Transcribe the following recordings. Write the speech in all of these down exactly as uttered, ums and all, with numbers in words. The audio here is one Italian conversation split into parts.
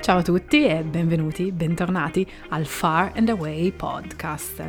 Ciao a tutti e benvenuti, bentornati al Far and Away podcast.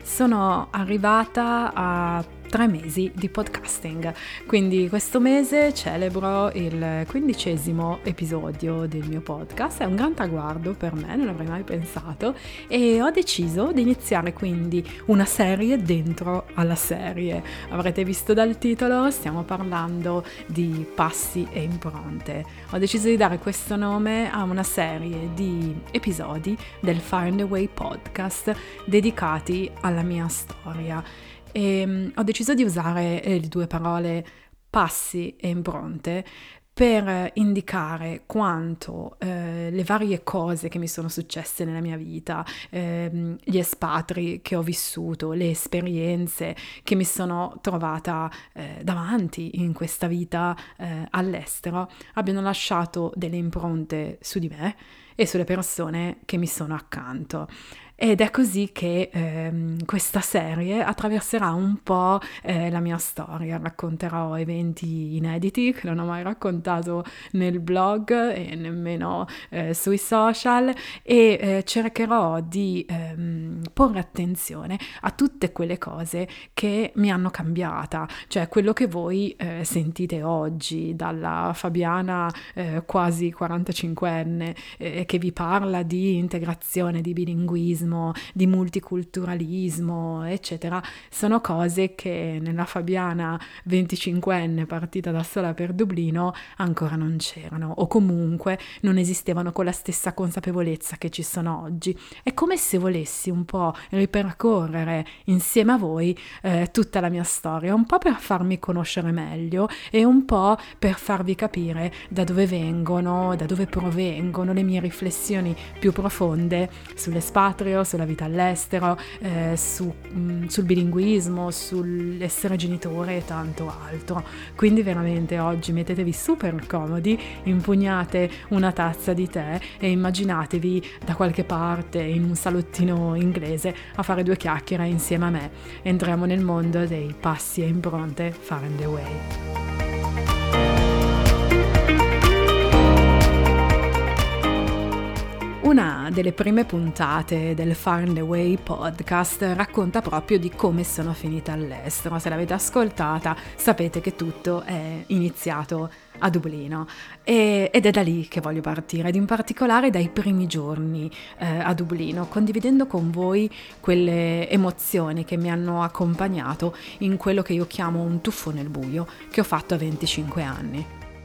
Sono arrivata a tre mesi di podcasting, quindi questo mese celebro il quindicesimo episodio del mio podcast. È un gran traguardo per me, non avrei mai pensato, e ho deciso di iniziare quindi una serie dentro alla serie. Avrete visto dal titolo, stiamo parlando di passi e impronte. Ho deciso di dare questo nome a una serie di episodi del Far and Away podcast dedicati alla mia storia. E um, ho deciso di usare eh, le due parole passi e impronte per eh, indicare quanto eh, le varie cose che mi sono successe nella mia vita, eh, gli espatri che ho vissuto, le esperienze che mi sono trovata eh, davanti in questa vita eh, all'estero, abbiano lasciato delle impronte su di me e sulle persone che mi sono accanto. Ed è così che ehm, questa serie attraverserà un po' eh, la mia storia. Racconterò eventi inediti che non ho mai raccontato nel blog e nemmeno eh, sui social, e eh, cercherò di ehm, porre attenzione a tutte quelle cose che mi hanno cambiata, cioè quello che voi eh, sentite oggi dalla Fabiana eh, quasi quarantacinquenne eh, che vi parla di integrazione, di bilinguismo, di multiculturalismo, eccetera. Sono cose che nella Fabiana venticinquenne partita da sola per Dublino ancora non c'erano, o comunque non esistevano con la stessa consapevolezza che ci sono oggi. È come se volessi un po' ripercorrere insieme a voi eh, tutta la mia storia, un po' per farmi conoscere meglio e un po' per farvi capire da dove vengono, da dove provengono le mie riflessioni più profonde sull'espatrio, sulla vita all'estero, eh, su, mh, sul bilinguismo, sull'essere genitore e tanto altro. Quindi veramente oggi mettetevi super comodi, impugnate una tazza di tè e immaginatevi da qualche parte in un salottino inglese a fare due chiacchiere insieme a me. Entriamo nel mondo dei passi e impronte Far and Away. Una delle prime puntate del Far and Away podcast racconta proprio di come sono finita all'estero. Se l'avete ascoltata sapete che tutto è iniziato a Dublino e, ed è da lì che voglio partire, ed in particolare dai primi giorni eh, a Dublino, condividendo con voi quelle emozioni che mi hanno accompagnato in quello che io chiamo un tuffo nel buio che ho fatto a venticinque anni.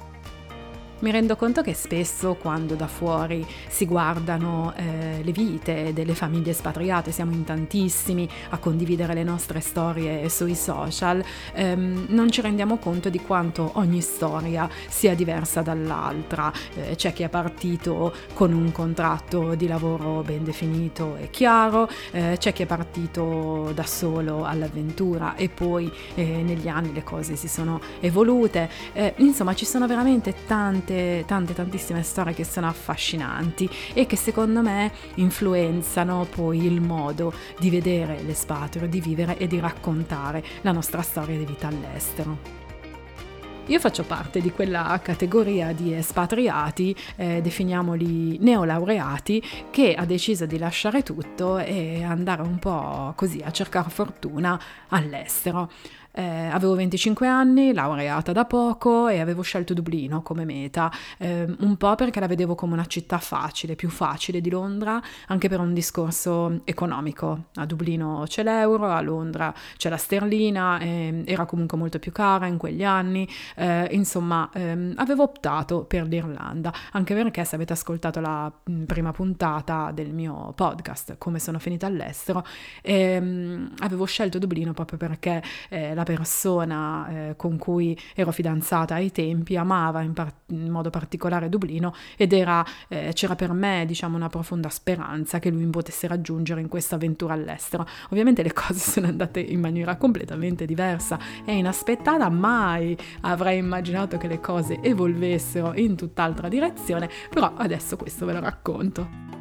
Mi rendo conto che spesso quando da fuori si guardano eh, le vite delle famiglie espatriate, siamo in tantissimi a condividere le nostre storie sui social, ehm, non ci rendiamo conto di quanto ogni storia sia diversa dall'altra. Eh, c'è chi è partito con un contratto di lavoro ben definito e chiaro, eh, c'è chi è partito da solo all'avventura e poi eh, negli anni le cose si sono evolute. Eh, insomma, ci sono veramente tante tante tantissime storie che sono affascinanti e che secondo me influenzano poi il modo di vedere l'espatrio, di vivere e di raccontare la nostra storia di vita all'estero. Io faccio parte di quella categoria di espatriati, eh, definiamoli neolaureati, che ha deciso di lasciare tutto e andare un po' così a cercare fortuna all'estero. Eh, avevo venticinque anni, laureata da poco, e avevo scelto Dublino come meta, eh, un po' perché la vedevo come una città facile, più facile di Londra, anche per un discorso economico. A Dublino c'è l'euro, a Londra c'è la sterlina, eh, era comunque molto più cara in quegli anni, eh, insomma ehm, avevo optato per l'Irlanda, anche perché se avete ascoltato la mh, prima puntata del mio podcast, come sono finita all'estero, ehm, avevo scelto Dublino proprio perché eh, la persona eh, con cui ero fidanzata ai tempi amava in, par- in modo particolare Dublino, ed era eh, c'era per me, diciamo, una profonda speranza che lui mi potesse raggiungere in questa avventura all'estero. Ovviamente le cose sono andate in maniera completamente diversa e inaspettata, mai avrei immaginato che le cose evolvessero in tutt'altra direzione, però adesso questo ve lo racconto.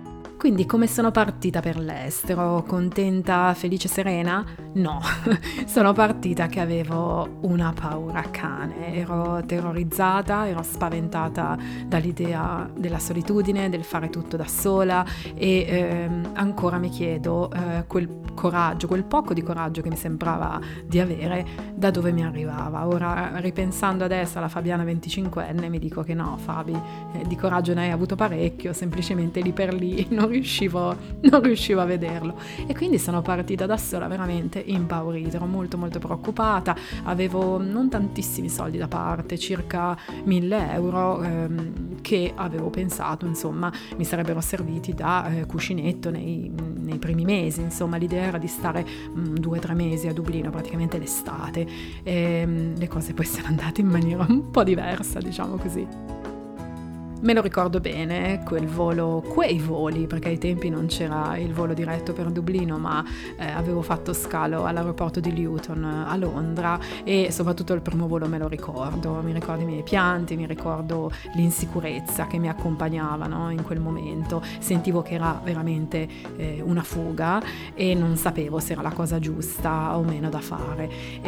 Quindi come sono partita per l'estero? Contenta, felice, serena? No, sono partita che avevo una paura cane, ero terrorizzata, ero spaventata dall'idea della solitudine, del fare tutto da sola e ehm, ancora mi chiedo eh, quel coraggio, quel poco di coraggio che mi sembrava di avere, da dove mi arrivava. Ora, ripensando adesso alla Fabiana venticinquenne, mi dico che no, Fabi, eh, di coraggio ne hai avuto parecchio, semplicemente lì per lì non riuscivo, non riuscivo a vederlo. E quindi sono partita da sola, veramente impaurita, ero molto molto preoccupata, avevo non tantissimi soldi da parte, circa mille euro ehm, che avevo pensato, insomma, mi sarebbero serviti da eh, cuscinetto nei, nei primi mesi, insomma, l'idea era di stare mh, due o tre mesi a Dublino, praticamente l'estate, e mh, le cose poi sono andate in maniera un po' diversa, diciamo così. Me lo ricordo bene, quel volo, quei voli, perché ai tempi non c'era il volo diretto per Dublino, ma eh, avevo fatto scalo all'aeroporto di Luton a Londra e soprattutto il primo volo me lo ricordo, mi ricordo i miei pianti, mi ricordo l'insicurezza che mi accompagnava, no, in quel momento, sentivo che era veramente eh, una fuga e non sapevo se era la cosa giusta o meno da fare.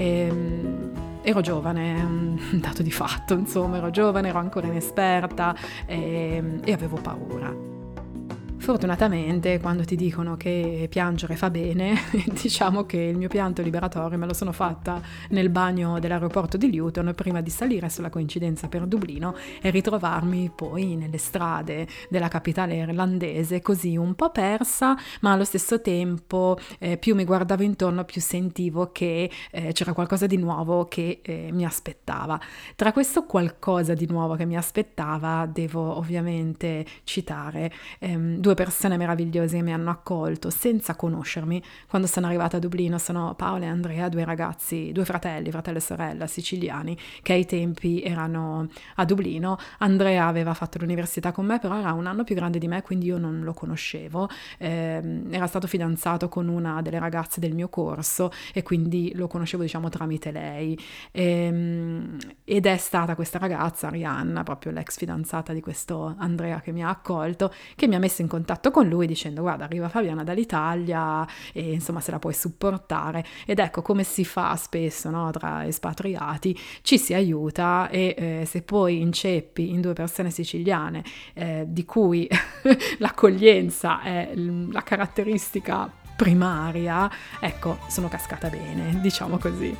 E, Ero giovane, un dato di fatto, insomma, ero giovane, ero ancora inesperta e, e avevo paura. Fortunatamente, quando ti dicono che piangere fa bene, diciamo che il mio pianto liberatorio me lo sono fatta nel bagno dell'aeroporto di Luton prima di salire sulla coincidenza per Dublino e ritrovarmi poi nelle strade della capitale irlandese, così un po' persa, ma allo stesso tempo eh, più mi guardavo intorno, più sentivo che eh, c'era qualcosa di nuovo che eh, mi aspettava. Tra questo qualcosa di nuovo che mi aspettava, devo ovviamente citare ehm, due persone meravigliose che mi hanno accolto senza conoscermi quando sono arrivata a Dublino. Sono Paola e Andrea, due ragazzi, due fratelli, fratello e sorella siciliani che ai tempi erano a Dublino. Andrea aveva fatto l'università con me, però era un anno più grande di me, quindi io non lo conoscevo. Eh, era stato fidanzato con una delle ragazze del mio corso e quindi lo conoscevo, diciamo, tramite lei. Eh, ed è stata questa ragazza, Arianna, proprio l'ex fidanzata di questo Andrea che mi ha accolto, che mi ha messo in contatto con lui dicendo: guarda, arriva Fabiana dall'Italia e insomma se la puoi supportare. Ed ecco, come si fa spesso, no, tra espatriati, ci si aiuta e eh, se poi inceppi in due persone siciliane eh, di cui l'accoglienza è la caratteristica primaria, ecco, sono cascata bene, diciamo così.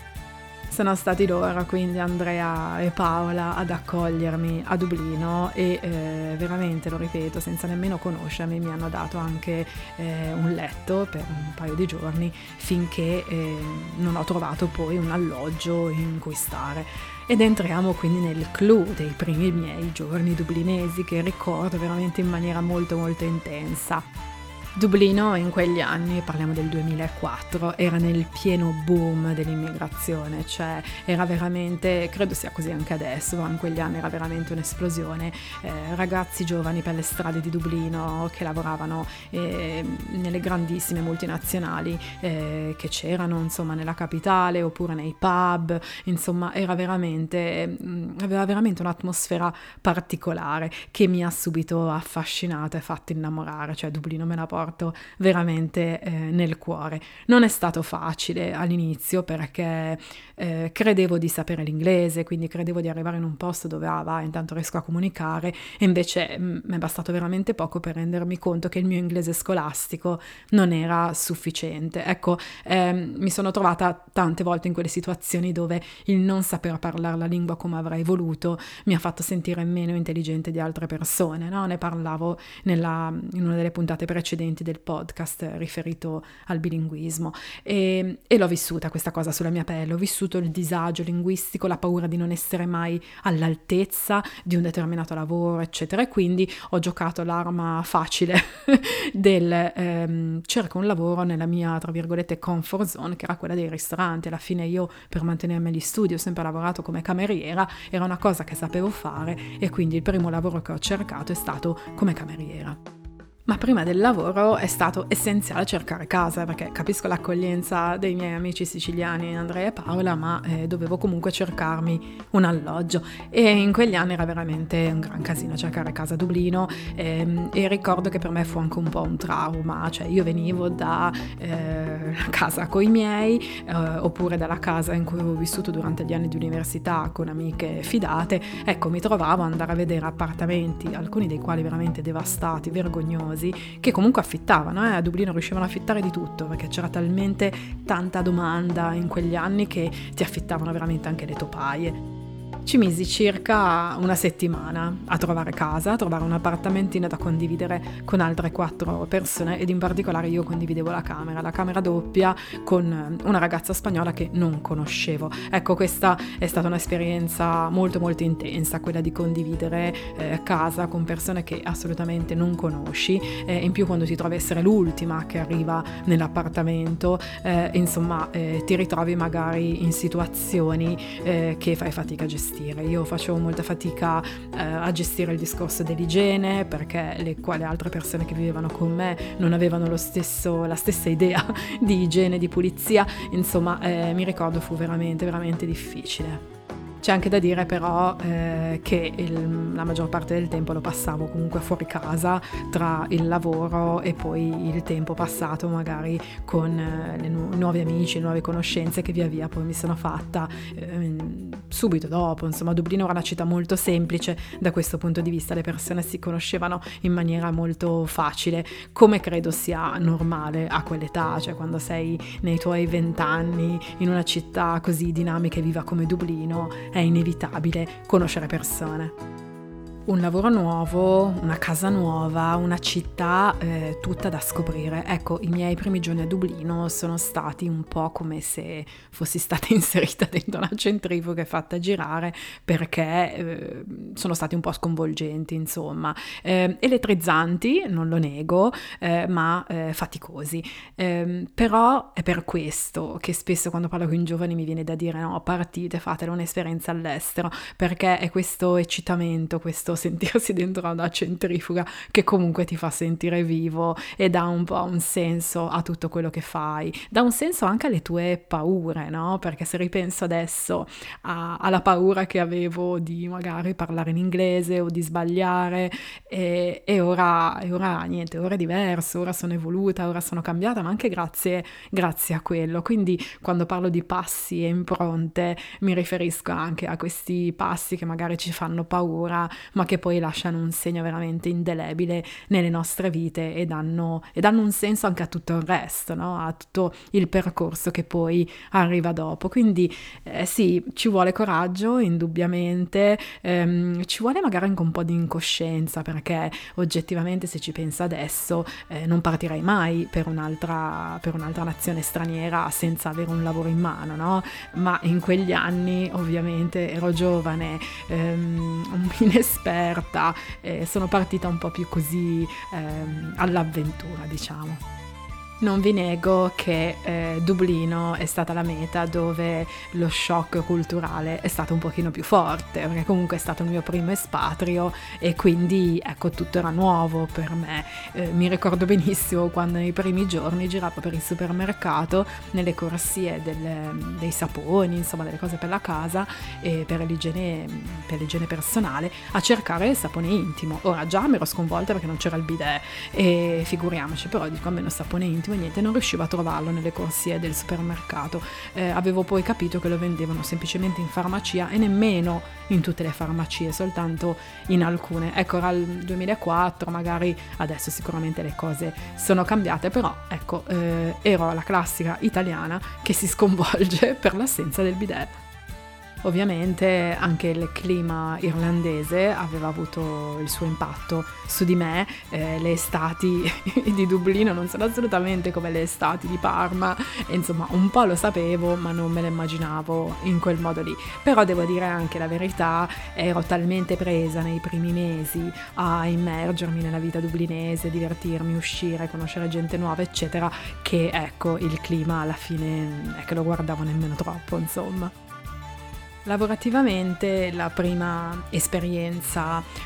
Sono stati loro, quindi Andrea e Paola, ad accogliermi a Dublino e eh, veramente, lo ripeto, senza nemmeno conoscermi, mi hanno dato anche eh, un letto per un paio di giorni finché eh, non ho trovato poi un alloggio in cui stare. Ed entriamo quindi nel clou dei primi miei giorni dublinesi che ricordo veramente in maniera molto molto intensa. Dublino in quegli anni, parliamo del duemilaquattro, era nel pieno boom dell'immigrazione, cioè era veramente, credo sia così anche adesso, ma in quegli anni era veramente un'esplosione, eh, ragazzi giovani per le strade di Dublino che lavoravano eh, nelle grandissime multinazionali eh, che c'erano, insomma, nella capitale oppure nei pub, insomma era veramente, mh, aveva veramente un'atmosfera particolare che mi ha subito affascinata e fatto innamorare, cioè Dublino me la porta veramente eh, nel cuore. Non è stato facile all'inizio perché eh, credevo di sapere l'inglese, quindi credevo di arrivare in un posto dove ah, va, intanto riesco a comunicare, e invece mi è bastato veramente poco per rendermi conto che il mio inglese scolastico non era sufficiente. Ecco, ehm, mi sono trovata tante volte in quelle situazioni dove il non saper parlare la lingua come avrei voluto mi ha fatto sentire meno intelligente di altre persone, no? Ne parlavo nella, in una delle puntate precedenti del podcast riferito al bilinguismo e, e l'ho vissuta questa cosa sulla mia pelle, ho vissuto il disagio linguistico, la paura di non essere mai all'altezza di un determinato lavoro, eccetera, e quindi ho giocato l'arma facile del ehm, cerco un lavoro nella mia, tra virgolette, comfort zone, che era quella dei ristoranti. Alla fine io, per mantenermi agli studi, ho sempre lavorato come cameriera, era una cosa che sapevo fare e quindi il primo lavoro che ho cercato è stato come cameriera. Ma prima del lavoro è stato essenziale cercare casa, perché capisco l'accoglienza dei miei amici siciliani Andrea e Paola, ma eh, dovevo comunque cercarmi un alloggio, e in quegli anni era veramente un gran casino cercare casa a Dublino, ehm, e ricordo che per me fu anche un po' un trauma, cioè io venivo da eh, casa coi miei, eh, oppure dalla casa in cui avevo vissuto durante gli anni di università con amiche fidate. Ecco, mi trovavo ad andare a vedere appartamenti, alcuni dei quali veramente devastati, vergognosi, che comunque affittavano, eh? A Dublino riuscivano a affittare di tutto, perché c'era talmente tanta domanda in quegli anni che ti affittavano veramente anche le topaie. Ci misi circa una settimana a trovare casa, a trovare un appartamentino da condividere con altre quattro persone, ed in particolare io condividevo la camera, la camera doppia con una ragazza spagnola che non conoscevo. Ecco, questa è stata un'esperienza molto molto intensa, quella di condividere eh, casa con persone che assolutamente non conosci, eh, in più quando ti trovi a essere l'ultima che arriva nell'appartamento, eh, insomma eh, ti ritrovi magari in situazioni eh, che fai fatica a gestire. Io facevo molta fatica eh, a gestire il discorso dell'igiene, perché le quali altre persone che vivevano con me non avevano lo stesso, la stessa idea di igiene, di pulizia. Insomma, eh, mi ricordo fu veramente veramente difficile. C'è anche da dire però eh, che il, la maggior parte del tempo lo passavo comunque fuori casa, tra il lavoro e poi il tempo passato magari con eh, le nu- nuovi amici, nuove conoscenze che via via poi mi sono fatta eh, subito dopo. Insomma, Dublino era una città molto semplice da questo punto di vista, le persone si conoscevano in maniera molto facile, come credo sia normale a quell'età, cioè quando sei nei tuoi vent'anni in una città così dinamica e viva come Dublino, è inevitabile conoscere persone. Un lavoro nuovo, una casa nuova, una città eh, tutta da scoprire. Ecco, i miei primi giorni a Dublino sono stati un po' come se fossi stata inserita dentro una centrifuga e fatta girare, perché eh, sono stati un po' sconvolgenti, insomma. Eh, elettrizzanti, non lo nego, eh, ma eh, faticosi. Eh, però è per questo che spesso quando parlo con i giovani mi viene da dire: no, partite, fatele un'esperienza all'estero, perché è questo eccitamento, questo sentirsi dentro una centrifuga che comunque ti fa sentire vivo e dà un po' un senso a tutto quello che fai, dà un senso anche alle tue paure, no? Perché se ripenso adesso a, alla paura che avevo di magari parlare in inglese o di sbagliare, e, e ora, e ora niente, ora è diverso, ora sono evoluta, ora sono cambiata, ma anche grazie, grazie a quello. Quindi quando parlo di passi e impronte mi riferisco anche a questi passi che magari ci fanno paura, ma che poi lasciano un segno veramente indelebile nelle nostre vite e danno, e danno un senso anche a tutto il resto, no? A tutto il percorso che poi arriva dopo. Quindi eh, sì, ci vuole coraggio, indubbiamente, ehm, ci vuole magari anche un po' di incoscienza, perché oggettivamente se ci pensa adesso eh, non partirei mai per un'altra, per un'altra nazione straniera senza avere un lavoro in mano, no? Ma in quegli anni ovviamente ero giovane, ehm, inesperta, eh, sono partita un po' più così ehm, all'avventura, diciamo. Non vi nego che eh, Dublino è stata la meta dove lo shock culturale è stato un pochino più forte, perché comunque è stato il mio primo espatrio e quindi ecco tutto era nuovo per me. Eh, mi ricordo benissimo quando nei primi giorni giravo per il supermercato nelle corsie delle, dei saponi, insomma delle cose per la casa e per l'igiene, per l'igiene personale, a cercare il sapone intimo. Ora già mi ero sconvolta perché non c'era il bidet, e figuriamoci, però dico almeno sapone intimo, niente, non riuscivo a trovarlo nelle corsie del supermercato. Eh, avevo poi capito che lo vendevano semplicemente in farmacia, e nemmeno in tutte le farmacie, soltanto in alcune. Ecco, era il duemilaquattro, magari adesso sicuramente le cose sono cambiate, però ecco, eh, ero la classica italiana che si sconvolge per l'assenza del bidet. Ovviamente anche il clima irlandese aveva avuto il suo impatto su di me, eh, le estati di Dublino non sono assolutamente come le estati di Parma, e insomma un po' lo sapevo ma non me lo immaginavo in quel modo lì. Però devo dire anche la verità, ero talmente presa nei primi mesi a immergermi nella vita dublinese, divertirmi, uscire, conoscere gente nuova eccetera, che ecco il clima alla fine è che lo guardavo nemmeno troppo, insomma. Lavorativamente la prima esperienza eh,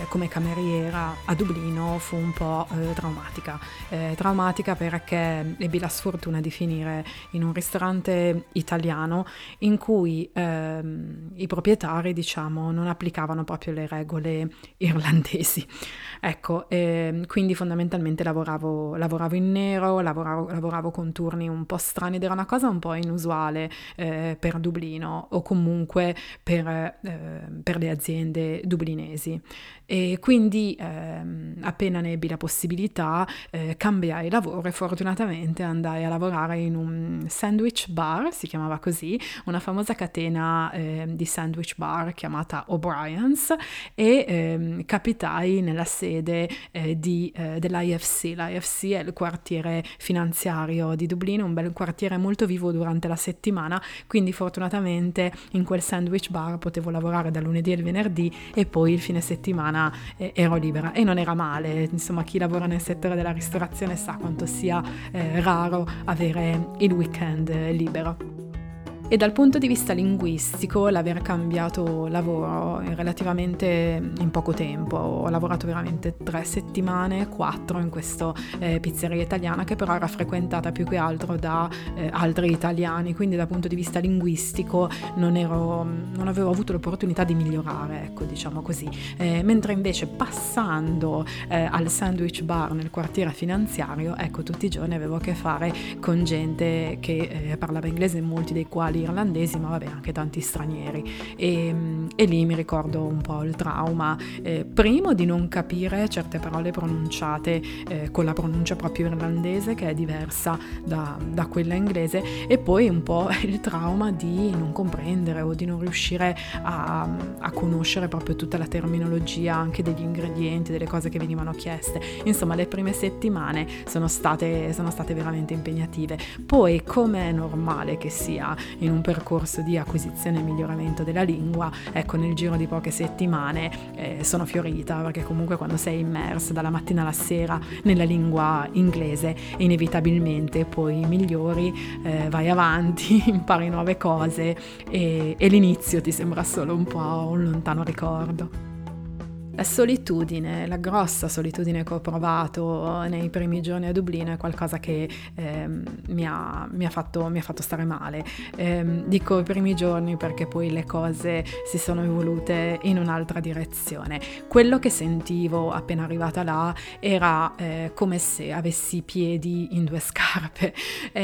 come cameriera a Dublino fu un po' eh, traumatica. Eh, traumatica perché ebbi la sfortuna di finire in un ristorante italiano in cui ehm, i proprietari, diciamo, non applicavano proprio le regole irlandesi. Ecco, ehm, quindi fondamentalmente lavoravo, lavoravo in nero, lavoravo, lavoravo con turni un po' strani ed era una cosa un po' inusuale eh, per Dublino o comunque per, eh, per le aziende dublinesi. E quindi ehm, appena ne ebbi la possibilità eh, cambiai lavoro e fortunatamente andai a lavorare in un sandwich bar, si chiamava così, una famosa catena eh, di sandwich bar chiamata O'Brien's, e ehm, capitai nella sede eh, di, eh, dell'I F C. L'I F C è il quartiere finanziario di Dublino, un bel quartiere molto vivo durante la settimana, quindi fortunatamente in quel sandwich bar potevo lavorare dal lunedì al venerdì e poi il fine settimana eh, ero libera e non era male. Insomma, chi lavora nel settore della ristorazione sa quanto sia eh, raro avere il weekend eh, libero. E dal punto di vista linguistico, l'aver cambiato lavoro relativamente in poco tempo, ho lavorato veramente tre settimane, quattro in questa eh, pizzeria italiana che però era frequentata più che altro da eh, altri italiani, quindi dal punto di vista linguistico non, ero, non avevo avuto l'opportunità di migliorare, ecco, diciamo così. Eh, mentre invece passando eh, al sandwich bar nel quartiere finanziario, ecco, tutti i giorni avevo a che fare con gente che eh, parlava inglese, molti dei quali irlandesi, ma vabbè, anche tanti stranieri, e, e lì mi ricordo un po' il trauma, eh, primo di non capire certe parole pronunciate eh, con la pronuncia proprio irlandese che è diversa da, da quella inglese, e poi un po' il trauma di non comprendere o di non riuscire a, a conoscere proprio tutta la terminologia anche degli ingredienti, delle cose che venivano chieste. Insomma, le prime settimane sono state, sono state veramente impegnative. Poi, come è normale che sia in un percorso di acquisizione e miglioramento della lingua, ecco, nel giro di poche settimane eh, sono fiorita, perché comunque quando sei immersa dalla mattina alla sera nella lingua inglese inevitabilmente poi migliori, eh, vai avanti, impari nuove cose e, e l'inizio ti sembra solo un po' un lontano ricordo. La solitudine, la grossa solitudine che ho provato nei primi giorni a Dublino è qualcosa che eh, mi, ha, mi, ha fatto, mi ha fatto stare male. Eh, dico i primi giorni perché poi le cose si sono evolute in un'altra direzione. Quello che sentivo appena arrivata là era eh, come se avessi i piedi in due scarpe.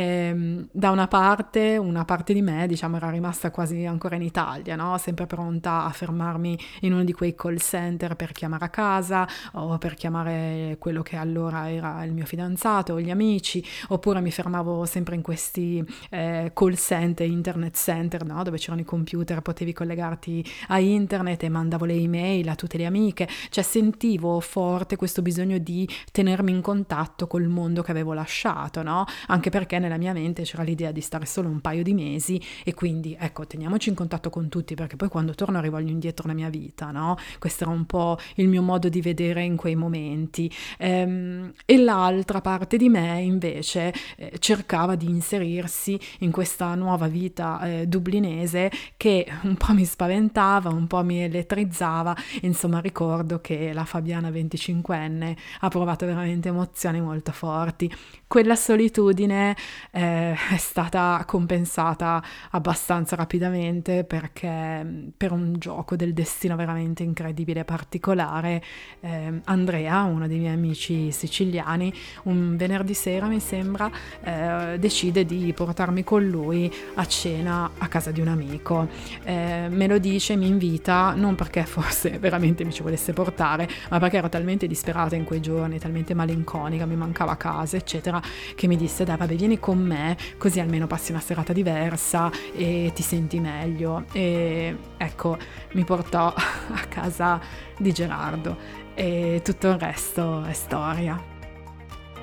Eh, da una parte, una parte di me, diciamo, era rimasta quasi ancora in Italia, no? Sempre pronta a fermarmi in uno di quei call center per chiamare a casa o per chiamare quello che allora era il mio fidanzato o gli amici, oppure mi fermavo sempre in questi eh, call center, internet center, no? Dove c'erano i computer, potevi collegarti a internet e mandavo le email a tutte le amiche, cioè sentivo forte questo bisogno di tenermi in contatto col mondo che avevo lasciato, no? Anche perché nella mia mente c'era l'idea di stare solo un paio di mesi e quindi ecco, teniamoci in contatto con tutti perché poi quando torno rivoglio indietro la mia vita, no? Questo era un po' il mio modo di vedere in quei momenti, ehm, e l'altra parte di me invece eh, cercava di inserirsi in questa nuova vita eh, dublinese che un po' mi spaventava, un po' mi elettrizzava. Insomma, ricordo che la Fabiana venticinquenne ha provato veramente emozioni molto forti. Quella solitudine eh, è stata compensata abbastanza rapidamente perché per un gioco del destino veramente incredibile e particolare, eh, Andrea, uno dei miei amici siciliani, un venerdì sera mi sembra, eh, decide di portarmi con lui a cena a casa di un amico. Eh, me lo dice, mi invita, non perché forse veramente mi ci volesse portare, ma perché ero talmente disperata in quei giorni, talmente malinconica, mi mancava casa, eccetera, che mi disse: dai, vabbè, vieni con me, così almeno passi una serata diversa e ti senti meglio. E ecco, mi portò a casa di Gerardo e tutto il resto è storia.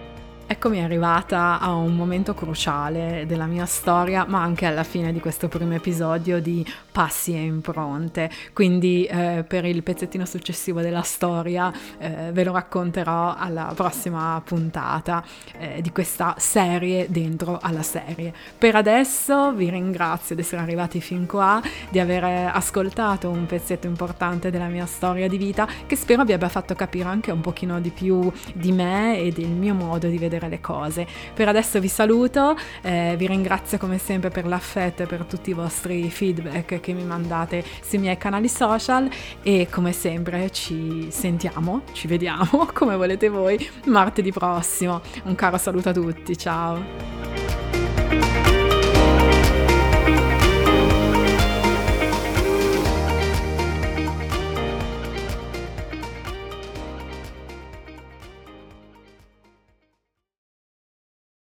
Eccomi arrivata a un momento cruciale della mia storia, ma anche alla fine di questo primo episodio di Passi e impronte. Quindi eh, per il pezzettino successivo della storia eh, ve lo racconterò alla prossima puntata eh, di questa serie dentro alla serie. Per adesso vi ringrazio di essere arrivati fin qua, di aver ascoltato un pezzetto importante della mia storia di vita, che spero vi abbia fatto capire anche un pochino di più di me e del mio modo di vedere le cose. Per adesso vi saluto, eh, vi ringrazio come sempre per l'affetto e per tutti i vostri feedback che mi mandate sui miei canali social, e come sempre ci sentiamo, ci vediamo come volete voi martedì prossimo. Un caro saluto a tutti, ciao!